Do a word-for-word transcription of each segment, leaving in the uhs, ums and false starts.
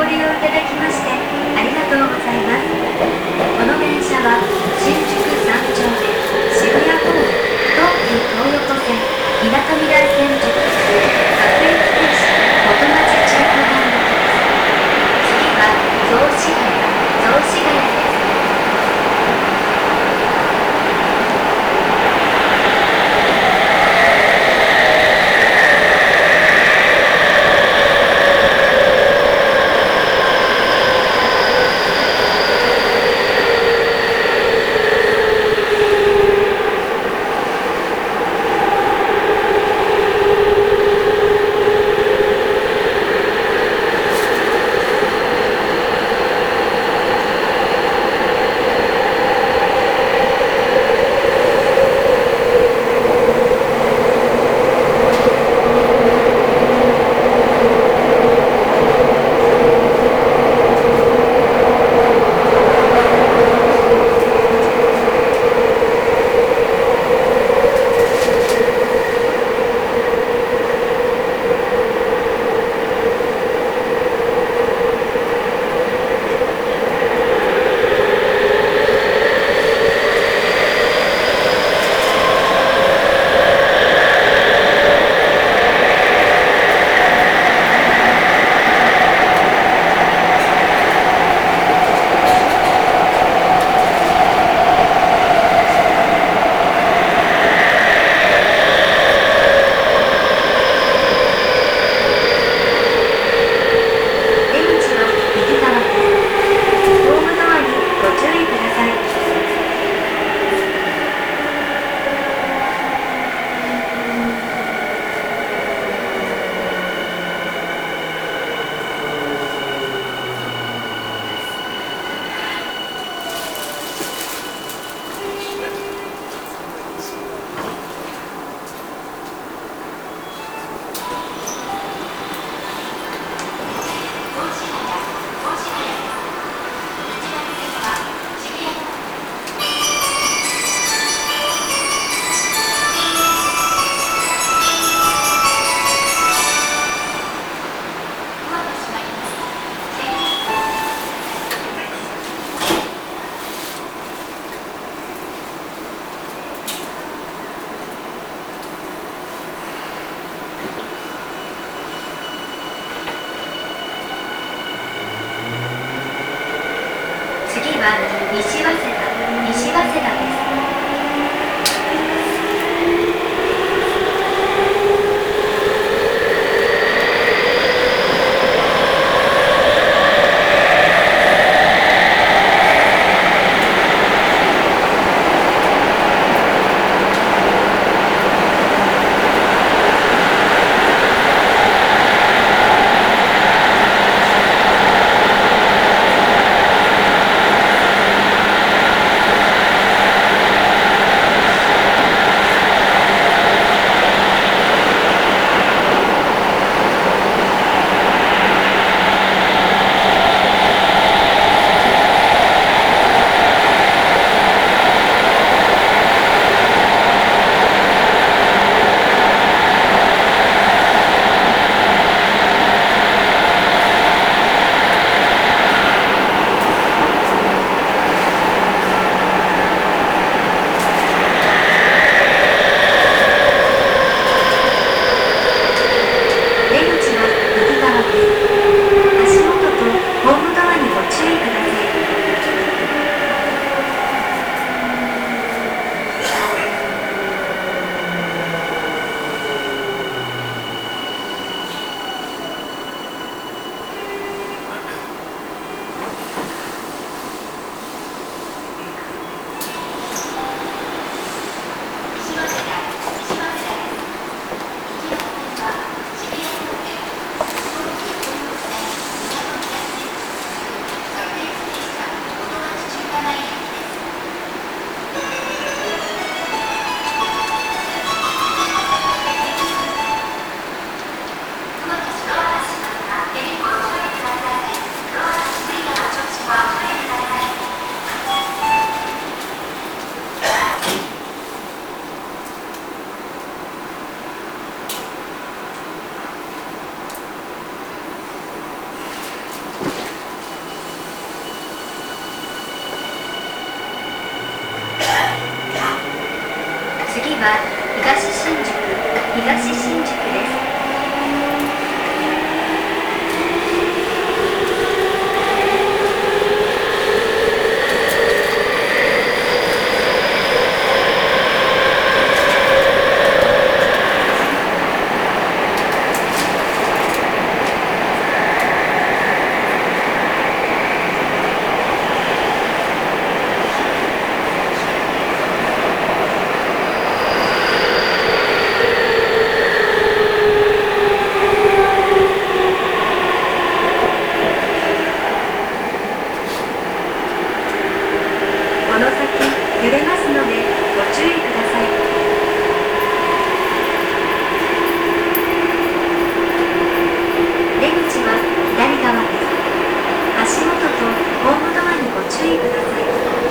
ご利用いただきましてありがとうございます。この電車は新宿三丁目、渋谷ホーム、東急東横線、みなとみらい線直、各駅停車、元町中古街行きです。次は雑司ヶ谷、雑司ヶ谷です。次は西早稲田、西早稲田です。 は東新宿、東新宿です。この先揺れますのでご注意ください。出口は左側です。足元とホームドアにご注意ください。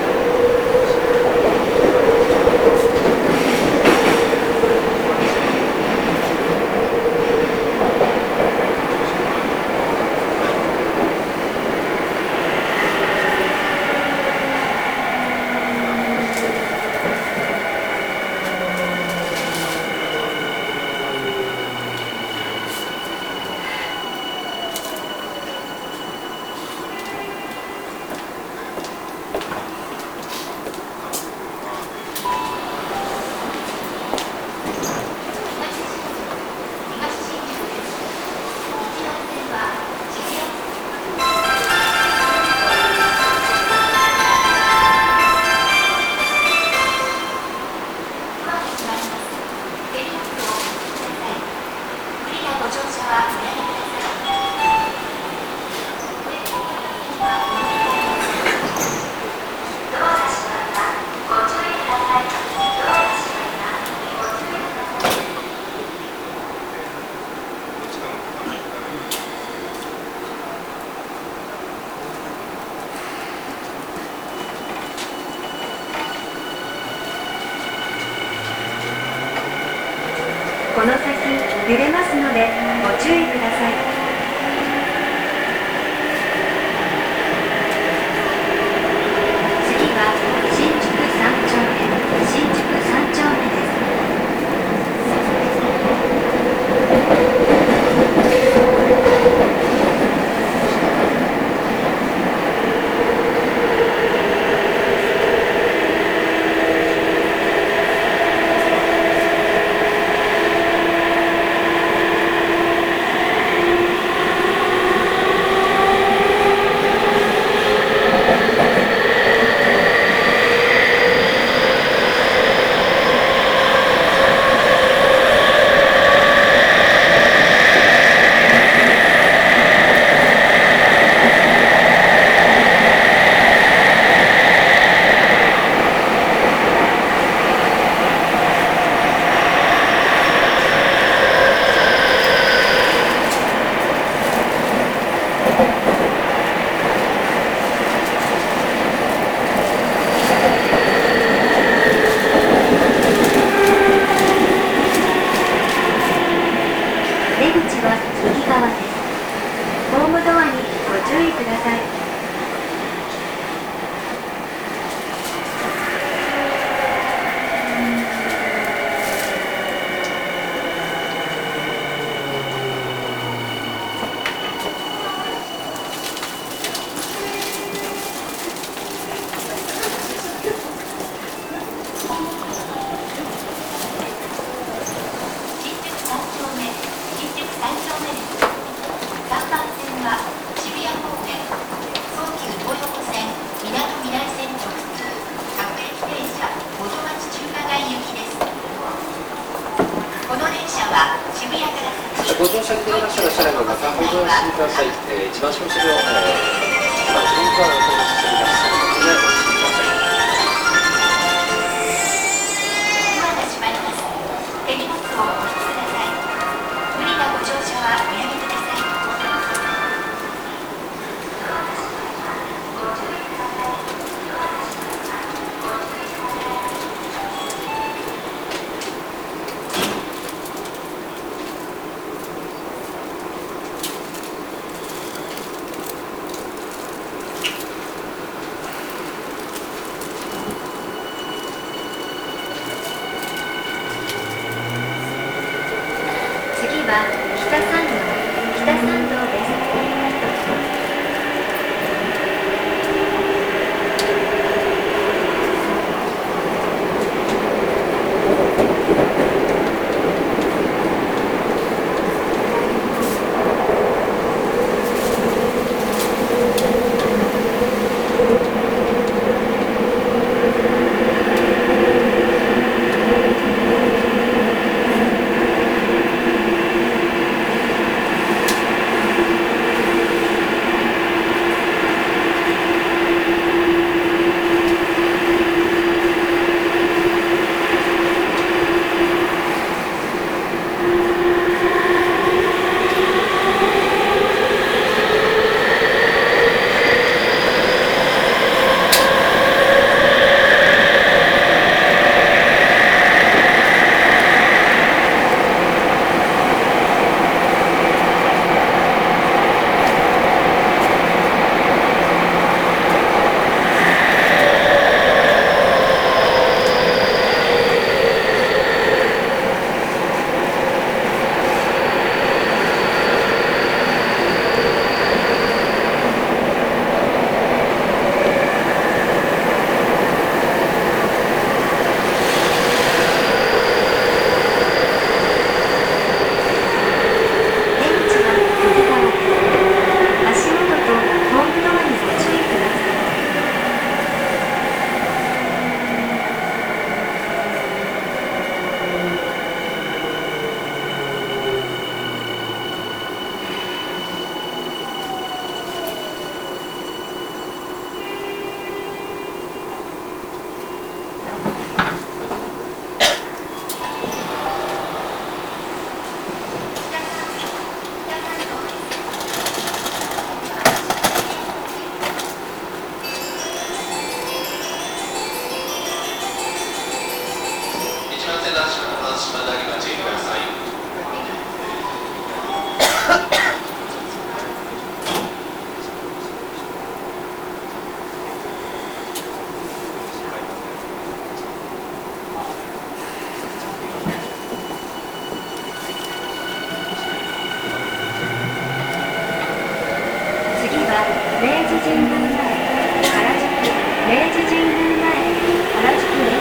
この先揺れますのでご注意ください。次は新宿三丁目、新宿三丁目です。出口は右側です。ホームドアにご注意ください。 ご乗車になりましたら車内の中ほどしてください。えー、一番下の車両、えー、一番後ろのドアの方に進みますので、お願いしてください。 ドアが閉まります。手荷物をお引きください。無理なご乗車はおやめください。 は北参道、北参道です。明治神宮前、原宿、明治神宮前、原宿です。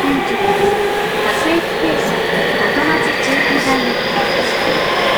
線直各駅停車元町中華街行きです。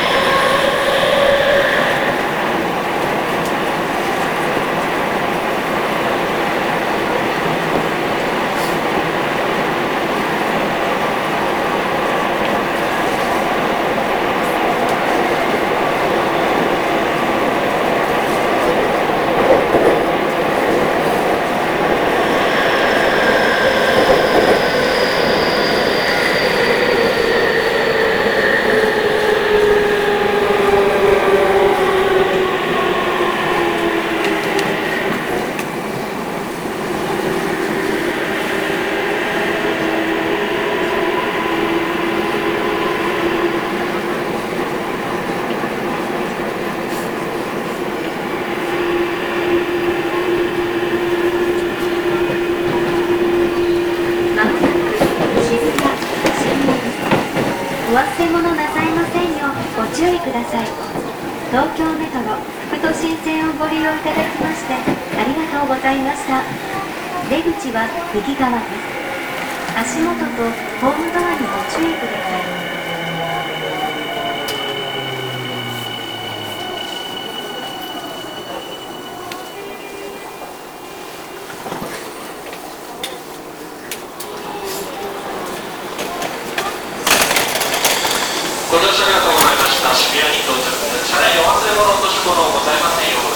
お忘れ物なさいませんようご注意ください。東京メトロ副都心線をご利用いただきましてありがとうございました。出口は右側です。足元とホームドアにご注意ください。 ご乗車ありがとうございました。渋谷に到着。車内お忘れ物、落とし物ございませんよう